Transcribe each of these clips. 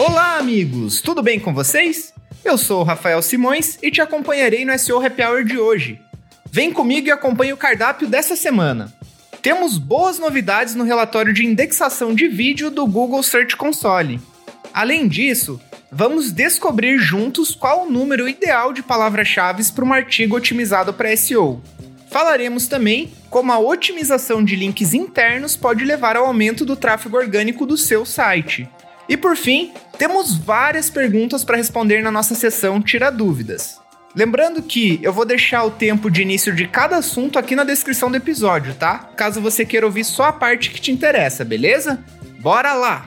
Olá, amigos! Tudo bem com vocês? Eu sou o Rafael Simões e te acompanharei no SEO Happy Hour de hoje. Vem comigo e acompanhe o cardápio dessa semana. Temos boas novidades no relatório de indexação de vídeo do Google Search Console. Além disso, vamos descobrir juntos qual o número ideal de palavras-chave para um artigo otimizado para SEO. Falaremos também como a otimização de links internos pode levar ao aumento do tráfego orgânico do seu site. E por fim, temos várias perguntas para responder na nossa sessão Tira Dúvidas. Lembrando que eu vou deixar o tempo de início de cada assunto aqui na descrição do episódio, tá? Caso você queira ouvir só a parte que te interessa, beleza? Bora lá!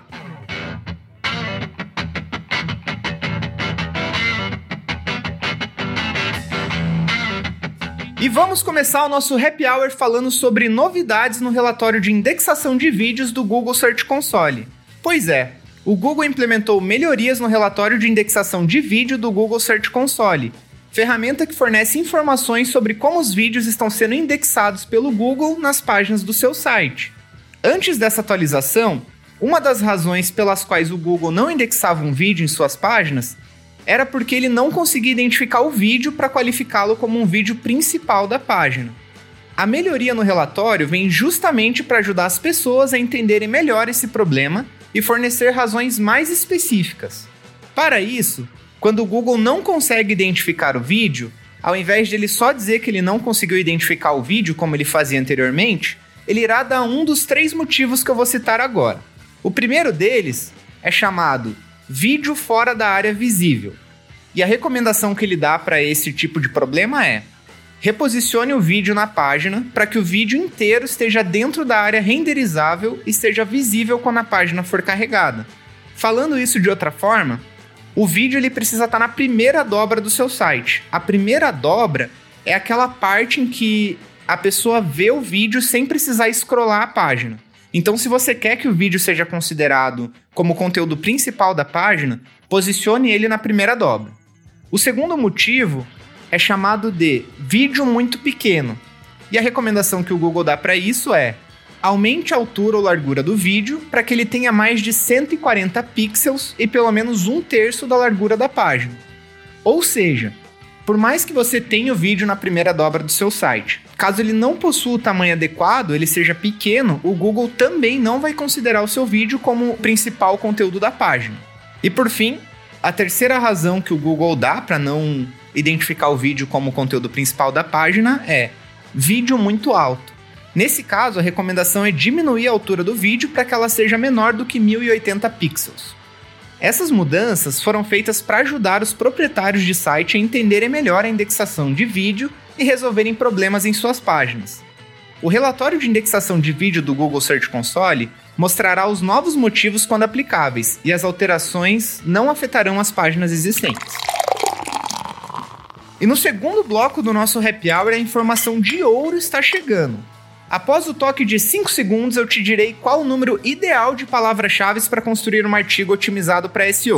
E vamos começar o nosso Happy Hour falando sobre novidades no relatório de indexação de vídeos do Google Search Console. Pois é, o Google implementou melhorias no relatório de indexação de vídeo do Google Search Console, ferramenta que fornece informações sobre como os vídeos estão sendo indexados pelo Google nas páginas do seu site. Antes dessa atualização, uma das razões pelas quais o Google não indexava um vídeo em suas páginas era porque ele não conseguia identificar o vídeo para qualificá-lo como um vídeo principal da página. A melhoria no relatório vem justamente para ajudar as pessoas a entenderem melhor esse problema e fornecer razões mais específicas. Para isso, quando o Google não consegue identificar o vídeo, ao invés de ele só dizer que ele não conseguiu identificar o vídeo como ele fazia anteriormente, ele irá dar um dos 3 motivos que eu vou citar agora. O primeiro deles é chamado vídeo fora da área visível. E a recomendação que ele dá para esse tipo de problema é: reposicione o vídeo na página para que o vídeo inteiro esteja dentro da área renderizável e esteja visível quando a página for carregada. Falando isso de outra forma, o vídeo ele precisa estar na primeira dobra do seu site. A primeira dobra é aquela parte em que a pessoa vê o vídeo sem precisar scrollar a página. Então, se você quer que o vídeo seja considerado como conteúdo principal da página, posicione ele na primeira dobra. O segundo motivo é chamado de vídeo muito pequeno. E a recomendação que o Google dá para isso é: aumente a altura ou largura do vídeo para que ele tenha mais de 140 pixels e pelo menos 1/3 da largura da página. Ou seja, por mais que você tenha o vídeo na primeira dobra do seu site, caso ele não possua o tamanho adequado, ele seja pequeno, o Google também não vai considerar o seu vídeo como o principal conteúdo da página. E por fim, a terceira razão que o Google dá para não identificar o vídeo como o conteúdo principal da página é vídeo muito alto. Nesse caso, a recomendação é diminuir a altura do vídeo para que ela seja menor do que 1080 pixels. Essas mudanças foram feitas para ajudar os proprietários de site a entenderem melhor a indexação de vídeo e resolverem problemas em suas páginas. O relatório de indexação de vídeo do Google Search Console mostrará os novos motivos quando aplicáveis, e as alterações não afetarão as páginas existentes. E no segundo bloco do nosso Happy Hour, a informação de ouro está chegando. Após o toque de 5 segundos, eu te direi qual o número ideal de palavras-chave para construir um artigo otimizado para SEO.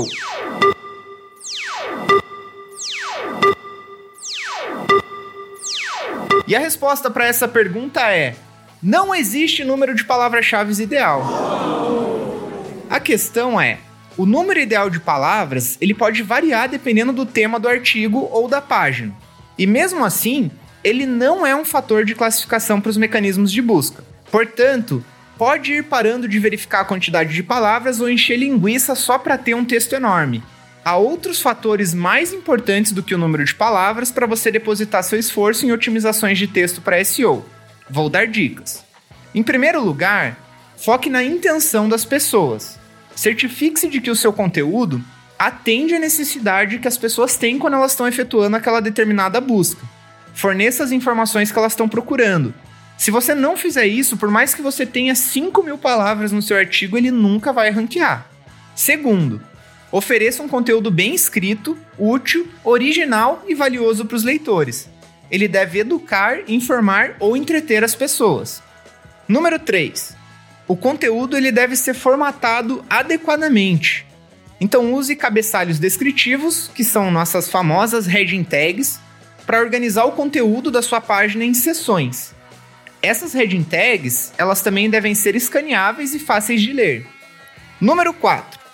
E a resposta para essa pergunta é: não existe número de palavras-chave ideal. A questão é: o número ideal de palavras ele pode variar dependendo do tema do artigo ou da página. E mesmo assim, ele não é um fator de classificação para os mecanismos de busca. Portanto, pode ir parando de verificar a quantidade de palavras ou encher linguiça só para ter um texto enorme. Há outros fatores mais importantes do que o número de palavras para você depositar seu esforço em otimizações de texto para SEO. Vou dar dicas. Em primeiro lugar, foque na intenção das pessoas. Certifique-se de que o seu conteúdo atende à necessidade que as pessoas têm quando elas estão efetuando aquela determinada busca. Forneça as informações que elas estão procurando. Se você não fizer isso, por mais que você tenha 5.000 palavras no seu artigo, ele nunca vai ranquear. Segundo, ofereça um conteúdo bem escrito, útil, original e valioso para os leitores. Ele deve educar, informar ou entreter as pessoas. Número 3. O conteúdo ele deve ser formatado adequadamente. Então use cabeçalhos descritivos, que são nossas famosas heading tags, para organizar o conteúdo da sua página em seções. Essas heading tags, elas também devem ser escaneáveis e fáceis de ler. Número 4.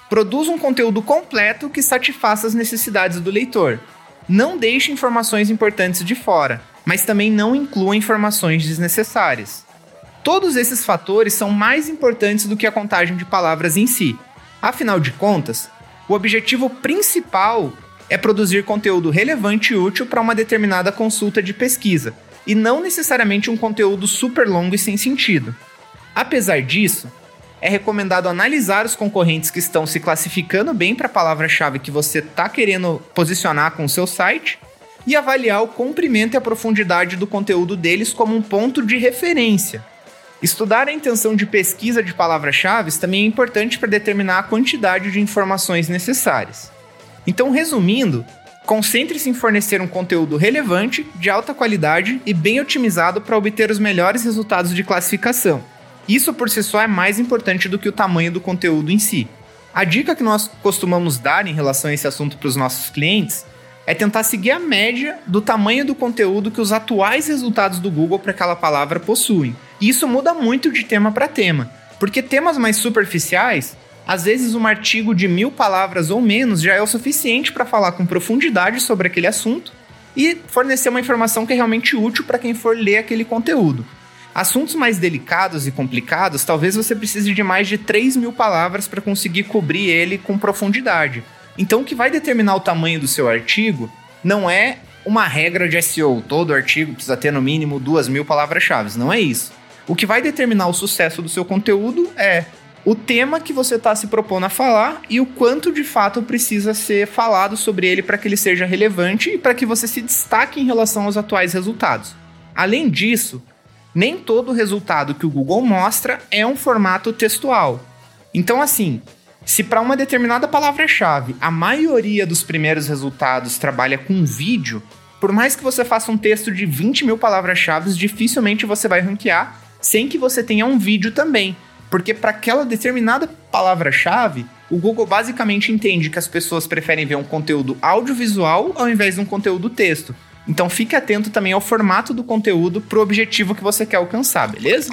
Produza um conteúdo completo que satisfaça as necessidades do leitor. Não deixe informações importantes de fora, mas também não inclua informações desnecessárias. Todos esses fatores são mais importantes do que a contagem de palavras em si. Afinal de contas, o objetivo principal é produzir conteúdo relevante e útil para uma determinada consulta de pesquisa, e não necessariamente um conteúdo super longo e sem sentido. Apesar disso, é recomendado analisar os concorrentes que estão se classificando bem para a palavra-chave que você está querendo posicionar com o seu site e avaliar o comprimento e a profundidade do conteúdo deles como um ponto de referência. Estudar a intenção de pesquisa de palavras-chave também é importante para determinar a quantidade de informações necessárias. Então, resumindo, concentre-se em fornecer um conteúdo relevante, de alta qualidade e bem otimizado para obter os melhores resultados de classificação. Isso por si só é mais importante do que o tamanho do conteúdo em si. A dica que nós costumamos dar em relação a esse assunto para os nossos clientes é tentar seguir a média do tamanho do conteúdo que os atuais resultados do Google para aquela palavra possuem. E isso muda muito de tema para tema, porque temas mais superficiais, às vezes um artigo de 1000 palavras ou menos já é o suficiente para falar com profundidade sobre aquele assunto e fornecer uma informação que é realmente útil para quem for ler aquele conteúdo. Assuntos mais delicados e complicados, talvez você precise de mais de 3.000 palavras para conseguir cobrir ele com profundidade. Então, o que vai determinar o tamanho do seu artigo não é uma regra de SEO. Todo artigo precisa ter no mínimo 2.000 palavras-chave. Não é isso. O que vai determinar o sucesso do seu conteúdo é o tema que você está se propondo a falar e o quanto de fato precisa ser falado sobre ele para que ele seja relevante e para que você se destaque em relação aos atuais resultados. Além disso, nem todo resultado que o Google mostra é um formato textual. Então, assim, se para uma determinada palavra-chave a maioria dos primeiros resultados trabalha com vídeo, por mais que você faça um texto de 20.000 palavras-chave, dificilmente você vai ranquear sem que você tenha um vídeo também. Porque para aquela determinada palavra-chave, o Google basicamente entende que as pessoas preferem ver um conteúdo audiovisual ao invés de um conteúdo texto. Então fique atento também ao formato do conteúdo para o objetivo que você quer alcançar, beleza?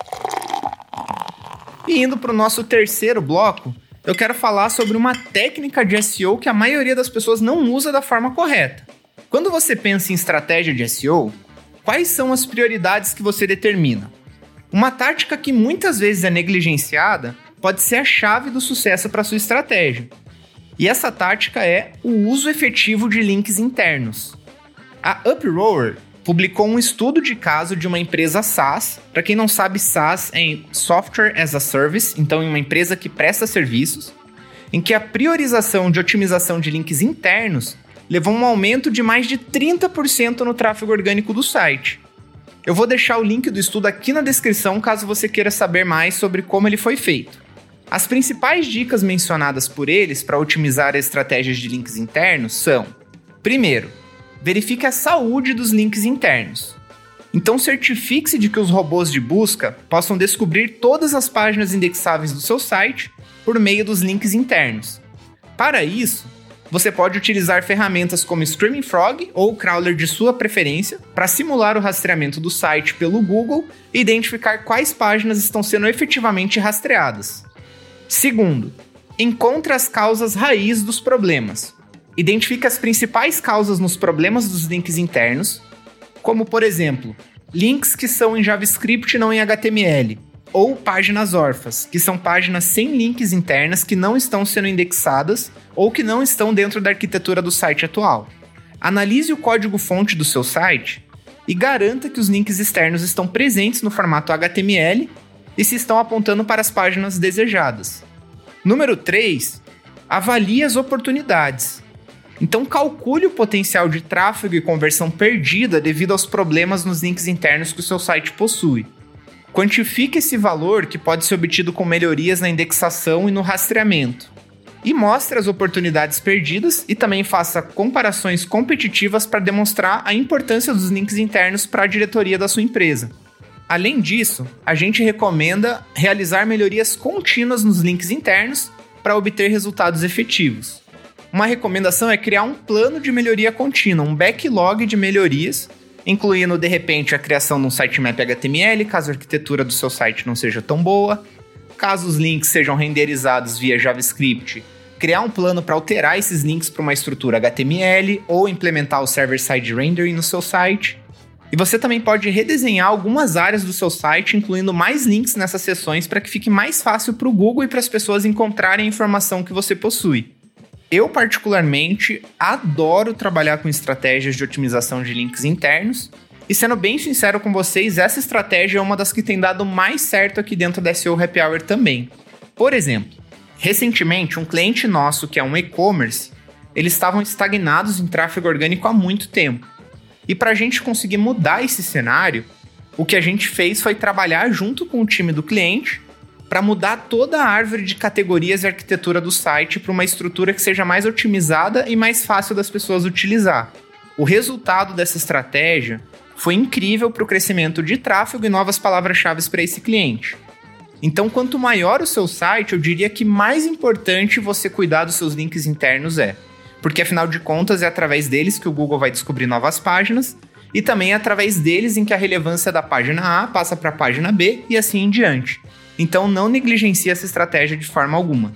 E indo para o nosso terceiro bloco, eu quero falar sobre uma técnica de SEO que a maioria das pessoas não usa da forma correta. Quando você pensa em estratégia de SEO, quais são as prioridades que você determina? Uma tática que muitas vezes é negligenciada pode ser a chave do sucesso para sua estratégia. E essa tática é o uso efetivo de links internos. A Uproar publicou um estudo de caso de uma empresa SaaS. Para quem não sabe, SaaS é Software as a Service, então é uma empresa que presta serviços, em que a priorização de otimização de links internos levou a um aumento de mais de 30% no tráfego orgânico do site. Eu vou deixar o link do estudo aqui na descrição caso você queira saber mais sobre como ele foi feito. As principais dicas mencionadas por eles para otimizar as estratégias de links internos são: primeiro, verifique a saúde dos links internos. Então certifique-se de que os robôs de busca possam descobrir todas as páginas indexáveis do seu site por meio dos links internos. Para isso, você pode utilizar ferramentas como Screaming Frog ou crawler de sua preferência para simular o rastreamento do site pelo Google e identificar quais páginas estão sendo efetivamente rastreadas. Segundo, encontre as causas raiz dos problemas. Identifique as principais causas nos problemas dos links internos, como, por exemplo, links que são em JavaScript e não em HTML, ou páginas órfãs, que são páginas sem links internas que não estão sendo indexadas ou que não estão dentro da arquitetura do site atual. Analise o código-fonte do seu site e garanta que os links externos estão presentes no formato HTML e se estão apontando para as páginas desejadas. Número 3. Avalie as oportunidades. Então calcule o potencial de tráfego e conversão perdida devido aos problemas nos links internos que o seu site possui. Quantifique esse valor que pode ser obtido com melhorias na indexação e no rastreamento. E mostre as oportunidades perdidas e também faça comparações competitivas para demonstrar a importância dos links internos para a diretoria da sua empresa. Além disso, a gente recomenda realizar melhorias contínuas nos links internos para obter resultados efetivos. Uma recomendação é criar um plano de melhoria contínua, um backlog de melhorias, incluindo, de repente, a criação de um sitemap HTML, caso a arquitetura do seu site não seja tão boa, caso os links sejam renderizados via JavaScript, criar um plano para alterar esses links para uma estrutura HTML ou implementar o server-side rendering no seu site. E você também pode redesenhar algumas áreas do seu site, incluindo mais links nessas seções para que fique mais fácil para o Google e para as pessoas encontrarem a informação que você possui. Eu, particularmente, adoro trabalhar com estratégias de otimização de links internos, e sendo bem sincero com vocês, essa estratégia é uma das que tem dado mais certo aqui dentro da SEO Happy Hour também. Por exemplo, recentemente, um cliente nosso, que é um e-commerce, eles estavam estagnados em tráfego orgânico há muito tempo. E para a gente conseguir mudar esse cenário, o que a gente fez foi trabalhar junto com o time do cliente para mudar toda a árvore de categorias e arquitetura do site para uma estrutura que seja mais otimizada e mais fácil das pessoas utilizar. O resultado dessa estratégia foi incrível para o crescimento de tráfego e novas palavras-chave para esse cliente. Então, quanto maior o seu site, eu diria que mais importante você cuidar dos seus links internos é. Porque, afinal de contas, é através deles que o Google vai descobrir novas páginas e também é através deles em que a relevância da página A passa para a página B e assim em diante. Então, não negligencie essa estratégia de forma alguma.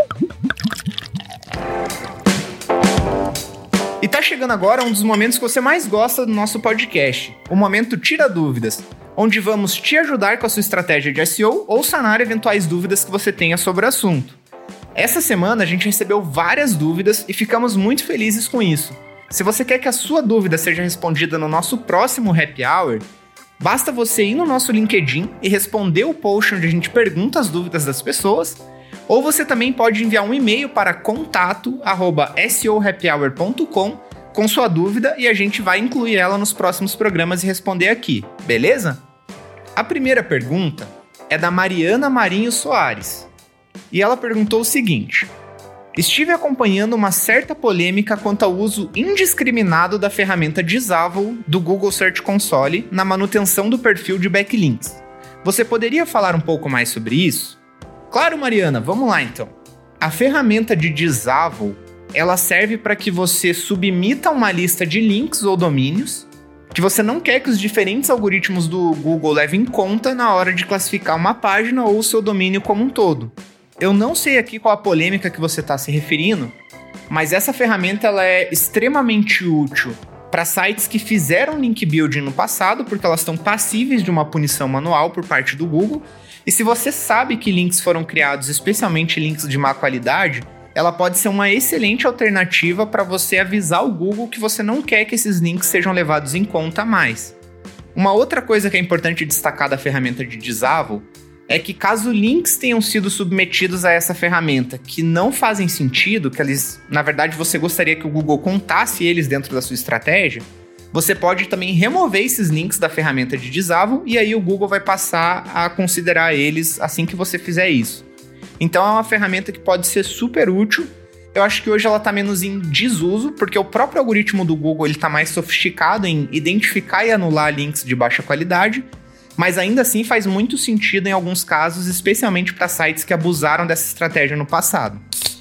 E tá chegando agora um dos momentos que você mais gosta do nosso podcast, o momento Tira Dúvidas, onde vamos te ajudar com a sua estratégia de SEO ou sanar eventuais dúvidas que você tenha sobre o assunto. Essa semana a gente recebeu várias dúvidas e ficamos muito felizes com isso. Se você quer que a sua dúvida seja respondida no nosso próximo Happy Hour, basta você ir no nosso LinkedIn e responder o post onde a gente pergunta as dúvidas das pessoas, ou você também pode enviar um e-mail para contato@seohappyhour.com com sua dúvida e a gente vai incluir ela nos próximos programas e responder aqui, beleza? A primeira pergunta é da Mariana Marinho Soares. E ela perguntou o seguinte: estive acompanhando uma certa polêmica quanto ao uso indiscriminado da ferramenta Disavow do Google Search Console na manutenção do perfil de backlinks. Você poderia falar um pouco mais sobre isso? Claro, Mariana, vamos lá então. A ferramenta de Disavow, ela serve para que você submita uma lista de links ou domínios que você não quer que os diferentes algoritmos do Google levem em conta na hora de classificar uma página ou o seu domínio como um todo. Eu não sei aqui qual a polêmica que você está se referindo, mas essa ferramenta ela é extremamente útil para sites que fizeram link building no passado, porque elas estão passíveis de uma punição manual por parte do Google. E se você sabe que links foram criados, especialmente links de má qualidade, ela pode ser uma excelente alternativa para você avisar o Google que você não quer que esses links sejam levados em conta mais. Uma outra coisa que é importante destacar da ferramenta de Disavow é que caso links tenham sido submetidos a essa ferramenta que não fazem sentido, que eles, na verdade, você gostaria que o Google contasse eles dentro da sua estratégia, você pode também remover esses links da ferramenta de Disavow e aí o Google vai passar a considerar eles assim que você fizer isso. Então é uma ferramenta que pode ser super útil. Eu acho que hoje ela está menos em desuso, porque o próprio algoritmo do Google está mais sofisticado em identificar e anular links de baixa qualidade, mas ainda assim faz muito sentido em alguns casos, especialmente para sites que abusaram dessa estratégia no passado.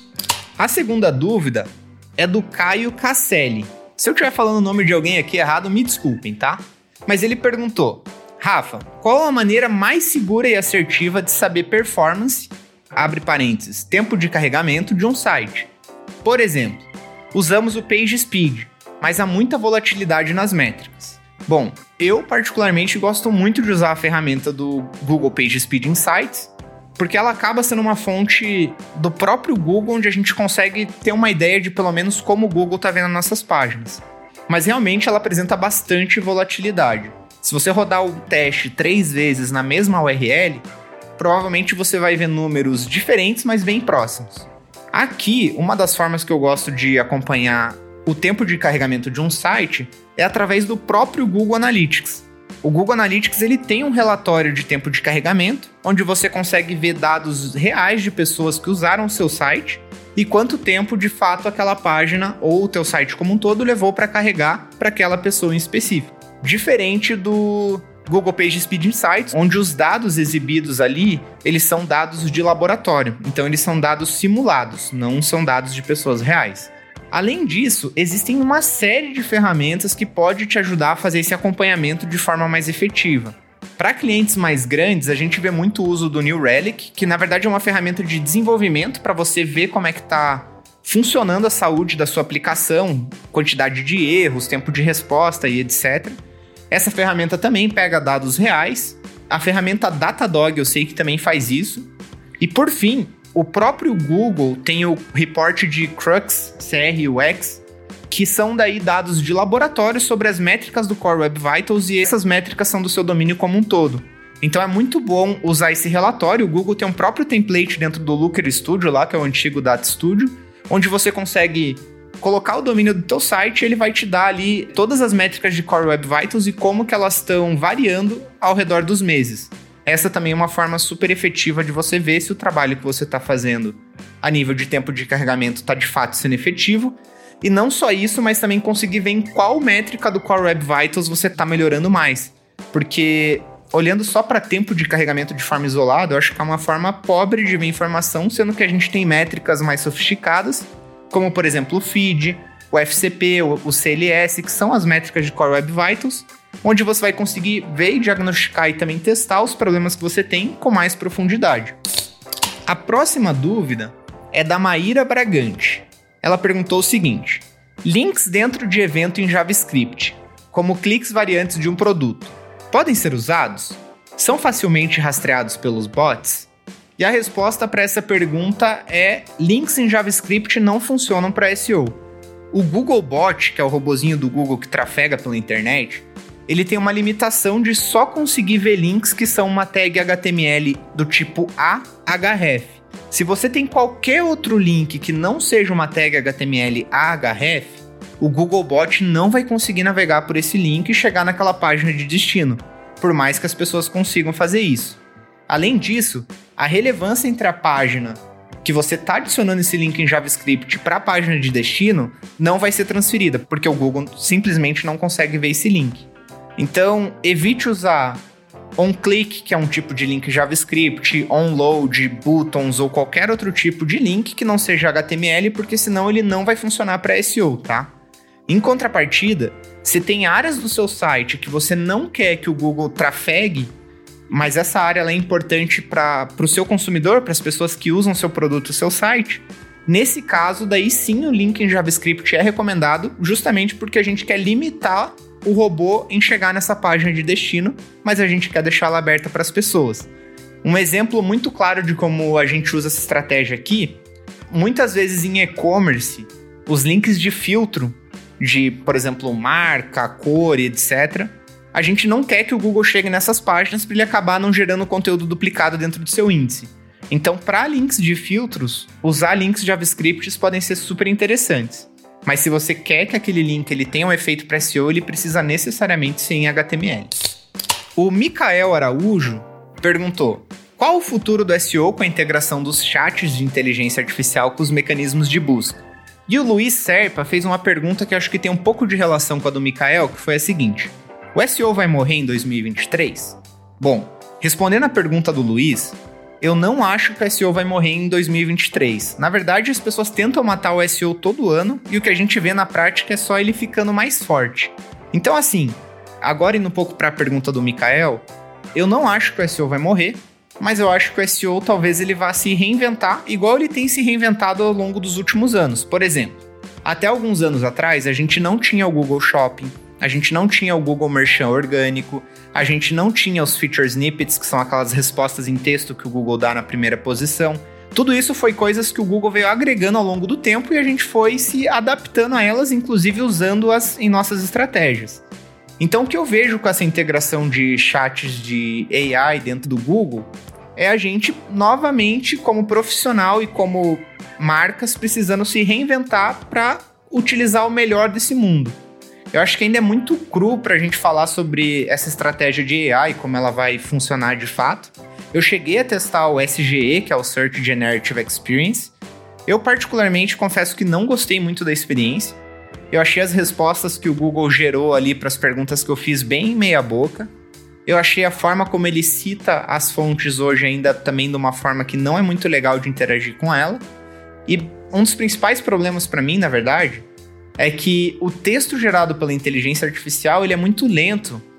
A segunda dúvida é do Caio Casselli. Se eu estiver falando o nome de alguém aqui errado, me desculpem, tá? Mas ele perguntou: Rafa, qual a maneira mais segura e assertiva de saber performance, abre parênteses, tempo de carregamento de um site? Por exemplo, usamos o PageSpeed, mas há muita volatilidade nas métricas. Bom, eu particularmente gosto muito de usar a ferramenta do Google PageSpeed Insights, porque ela acaba sendo uma fonte do próprio Google, onde a gente consegue ter uma ideia de pelo menos como o Google está vendo nossas páginas. Mas realmente ela apresenta bastante volatilidade. Se você rodar o teste 3 vezes na mesma URL, provavelmente você vai ver números diferentes, mas bem próximos. Aqui, uma das formas que eu gosto de acompanhar o tempo de carregamento de um site é através do próprio Google Analytics. O Google Analytics ele tem um relatório de tempo de carregamento, onde você consegue ver dados reais de pessoas que usaram o seu site e quanto tempo de fato aquela página ou o teu site como um todo levou para carregar para aquela pessoa em específico. Diferente do Google PageSpeed Insights, onde os dados exibidos ali, eles são dados de laboratório. Então eles são dados simulados, não são dados de pessoas reais. Além disso, existem uma série de ferramentas que pode te ajudar a fazer esse acompanhamento de forma mais efetiva. Para clientes mais grandes, a gente vê muito o uso do New Relic, que na verdade é uma ferramenta de desenvolvimento para você ver como é que está funcionando a saúde da sua aplicação, quantidade de erros, tempo de resposta e etc. Essa ferramenta também pega dados reais. A ferramenta Datadog eu sei que também faz isso. E por fim, o próprio Google tem o report de Crux, CRUX, que são daí dados de laboratório sobre as métricas do Core Web Vitals, e essas métricas são do seu domínio como um todo. Então é muito bom usar esse relatório. O Google tem um próprio template dentro do Looker Studio lá, que é o antigo Data Studio, onde você consegue colocar o domínio do teu site e ele vai te dar ali todas as métricas de Core Web Vitals e como que elas estão variando ao redor dos meses. Essa também é uma forma super efetiva de você ver se o trabalho que você está fazendo a nível de tempo de carregamento está de fato sendo efetivo. E não só isso, mas também conseguir ver em qual métrica do Core Web Vitals você está melhorando mais. Porque olhando só para tempo de carregamento de forma isolada, eu acho que é uma forma pobre de ver informação, sendo que a gente tem métricas mais sofisticadas, como por exemplo o feed, o FCP, o CLS, que são as métricas de Core Web Vitals, onde você vai conseguir ver e diagnosticar e também testar os problemas que você tem com mais profundidade. A próxima dúvida é da Maíra Bragante. Ela perguntou o seguinte: links dentro de evento em JavaScript, como cliques variantes de um produto, podem ser usados? São facilmente rastreados pelos bots? E a resposta para essa pergunta é: links em JavaScript não funcionam para SEO. O Googlebot, que é o robozinho do Google que trafega pela internet, ele tem uma limitação de só conseguir ver links que são uma tag HTML do tipo ahref. Se você tem qualquer outro link que não seja uma tag HTML ahref, o Googlebot não vai conseguir navegar por esse link e chegar naquela página de destino, por mais que as pessoas consigam fazer isso. Além disso, a relevância entre a página que você está adicionando esse link em JavaScript para a página de destino não vai ser transferida, porque o Google simplesmente não consegue ver esse link. Então, evite usar onClick, que é um tipo de link JavaScript, onload, buttons ou qualquer outro tipo de link que não seja HTML, porque senão ele não vai funcionar para SEO, tá? Em contrapartida, se tem áreas do seu site que você não quer que o Google trafegue, mas essa área ela é importante para o seu consumidor, para as pessoas que usam seu produto, o seu site, nesse caso, daí sim o link em JavaScript é recomendado, justamente porque a gente quer limitar o robô em chegar nessa página de destino, mas a gente quer deixá-la aberta para as pessoas. Um exemplo muito claro de como a gente usa essa estratégia aqui, muitas vezes em e-commerce, os links de filtro, de, por exemplo, marca, cor e etc., a gente não quer que o Google chegue nessas páginas para ele acabar não gerando conteúdo duplicado dentro do seu índice. Então, para links de filtros, usar links JavaScript podem ser super interessantes. Mas se você quer que aquele link ele tenha um efeito para SEO, ele precisa necessariamente ser em HTML. O Mikael Araújo perguntou: qual o futuro do SEO com a integração dos chats de inteligência artificial com os mecanismos de busca? E o Luiz Serpa fez uma pergunta que acho que tem um pouco de relação com a do Mikael, que foi a seguinte: o SEO vai morrer em 2023? Bom, respondendo a pergunta do Luiz, eu não acho que o SEO vai morrer em 2023. Na verdade, as pessoas tentam matar o SEO todo ano e o que a gente vê na prática é só ele ficando mais forte. Então, assim, agora indo um pouco para a pergunta do Mikael, eu não acho que o SEO vai morrer, mas eu acho que o SEO talvez ele vá se reinventar igual ele tem se reinventado ao longo dos últimos anos. Por exemplo, até alguns anos atrás, a gente não tinha o Google Shopping, a gente não tinha o Google Merchant orgânico, a gente não tinha os feature snippets, que são aquelas respostas em texto que o Google dá na primeira posição. Tudo isso foi coisas que o Google veio agregando ao longo do tempo e a gente foi se adaptando a elas, inclusive usando-as em nossas estratégias. Então o que eu vejo com essa integração de chats de AI dentro do Google é a gente, novamente, como profissional e como marcas, precisando se reinventar para utilizar o melhor desse mundo. Eu acho que ainda é muito cru para a gente falar sobre essa estratégia de AI, como ela vai funcionar de fato. Eu cheguei a testar o SGE, que é o Search Generative Experience. Eu particularmente confesso que não gostei muito da experiência. Eu achei as respostas que o Google gerou ali para as perguntas que eu fiz bem meia boca. Eu achei a forma como ele cita as fontes hoje ainda também de uma forma que não é muito legal de interagir com ela. E um dos principais problemas para mim, na verdade, é que o texto gerado pela inteligência artificial ele é muito lento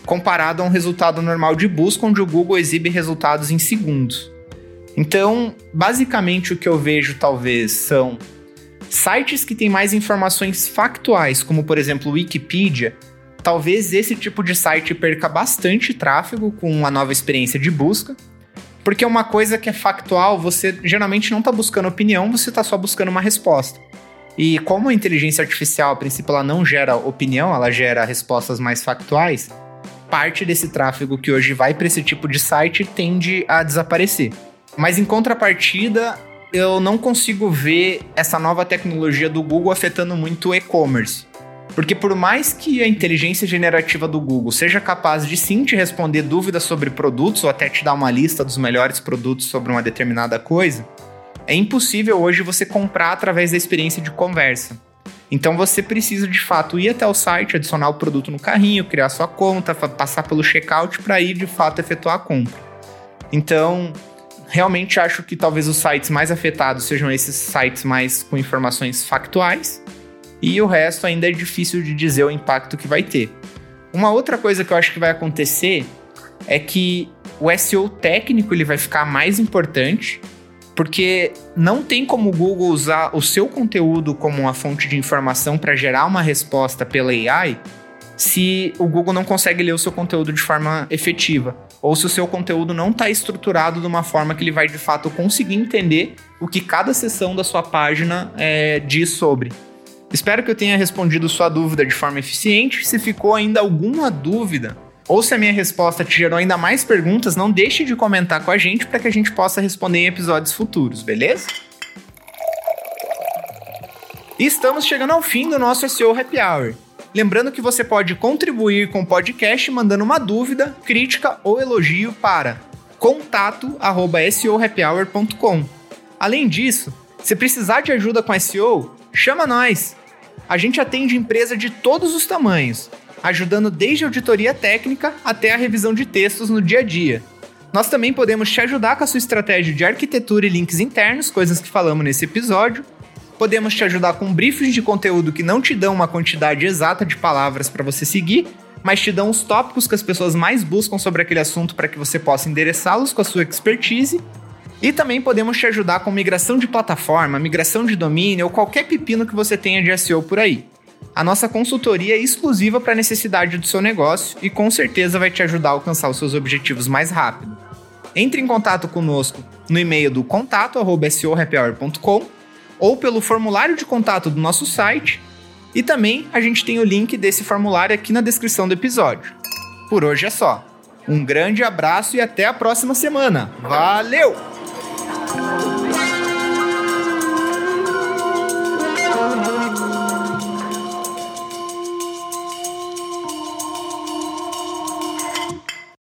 comparado a um resultado normal de busca, onde o Google exibe resultados em segundos. Então, basicamente, o que eu vejo talvez são sites que têm mais informações factuais, como por exemplo o Wikipedia. Talvez esse tipo de site perca bastante tráfego com a nova experiência de busca, porque uma coisa que é factual, você geralmente não está buscando opinião, você está só buscando uma resposta. E como a inteligência artificial, a princípio, ela não gera opinião, ela gera respostas mais factuais, parte desse tráfego que hoje vai para esse tipo de site tende a desaparecer. Mas em contrapartida, eu não consigo ver essa nova tecnologia do Google afetando muito o e-commerce. Porque por mais que a inteligência generativa do Google seja capaz de sim te responder dúvidas sobre produtos ou até te dar uma lista dos melhores produtos sobre uma determinada coisa, é impossível hoje você comprar através da experiência de conversa. Então você precisa de fato ir até o site, adicionar o produto no carrinho, criar sua conta, passar pelo checkout para ir de fato efetuar a compra. Então, realmente acho que talvez os sites mais afetados sejam esses sites mais com informações factuais, e o resto ainda é difícil de dizer o impacto que vai ter. Uma outra coisa que eu acho que vai acontecer é que o SEO técnico ele vai ficar mais importante, porque não tem como o Google usar o seu conteúdo como uma fonte de informação para gerar uma resposta pela AI se o Google não consegue ler o seu conteúdo de forma efetiva, ou se o seu conteúdo não está estruturado de uma forma que ele vai de fato conseguir entender o que cada seção da sua página diz sobre. Espero que eu tenha respondido sua dúvida de forma eficiente. Se ficou ainda alguma dúvida, ou se a minha resposta te gerou ainda mais perguntas, não deixe de comentar com a gente para que a gente possa responder em episódios futuros, beleza? E estamos chegando ao fim do nosso SEO Happy Hour. Lembrando que você pode contribuir com o podcast mandando uma dúvida, crítica ou elogio para contato@seohappyhour.com. Além disso, se precisar de ajuda com SEO, chama nós! A gente atende empresa de todos os tamanhos, ajudando desde a auditoria técnica até a revisão de textos no dia a dia. Nós também podemos te ajudar com a sua estratégia de arquitetura e links internos, coisas que falamos nesse episódio. Podemos te ajudar com briefings de conteúdo que não te dão uma quantidade exata de palavras para você seguir, mas te dão os tópicos que as pessoas mais buscam sobre aquele assunto para que você possa endereçá-los com a sua expertise. E também podemos te ajudar com migração de plataforma, migração de domínio ou qualquer pepino que você tenha de SEO por aí. A nossa consultoria é exclusiva para a necessidade do seu negócio e com certeza vai te ajudar a alcançar os seus objetivos mais rápido. Entre em contato conosco no e-mail do contato@seohappyhour.com ou pelo formulário de contato do nosso site, e também a gente tem o link desse formulário aqui na descrição do episódio. Por hoje é só. Um grande abraço e até a próxima semana. Valeu!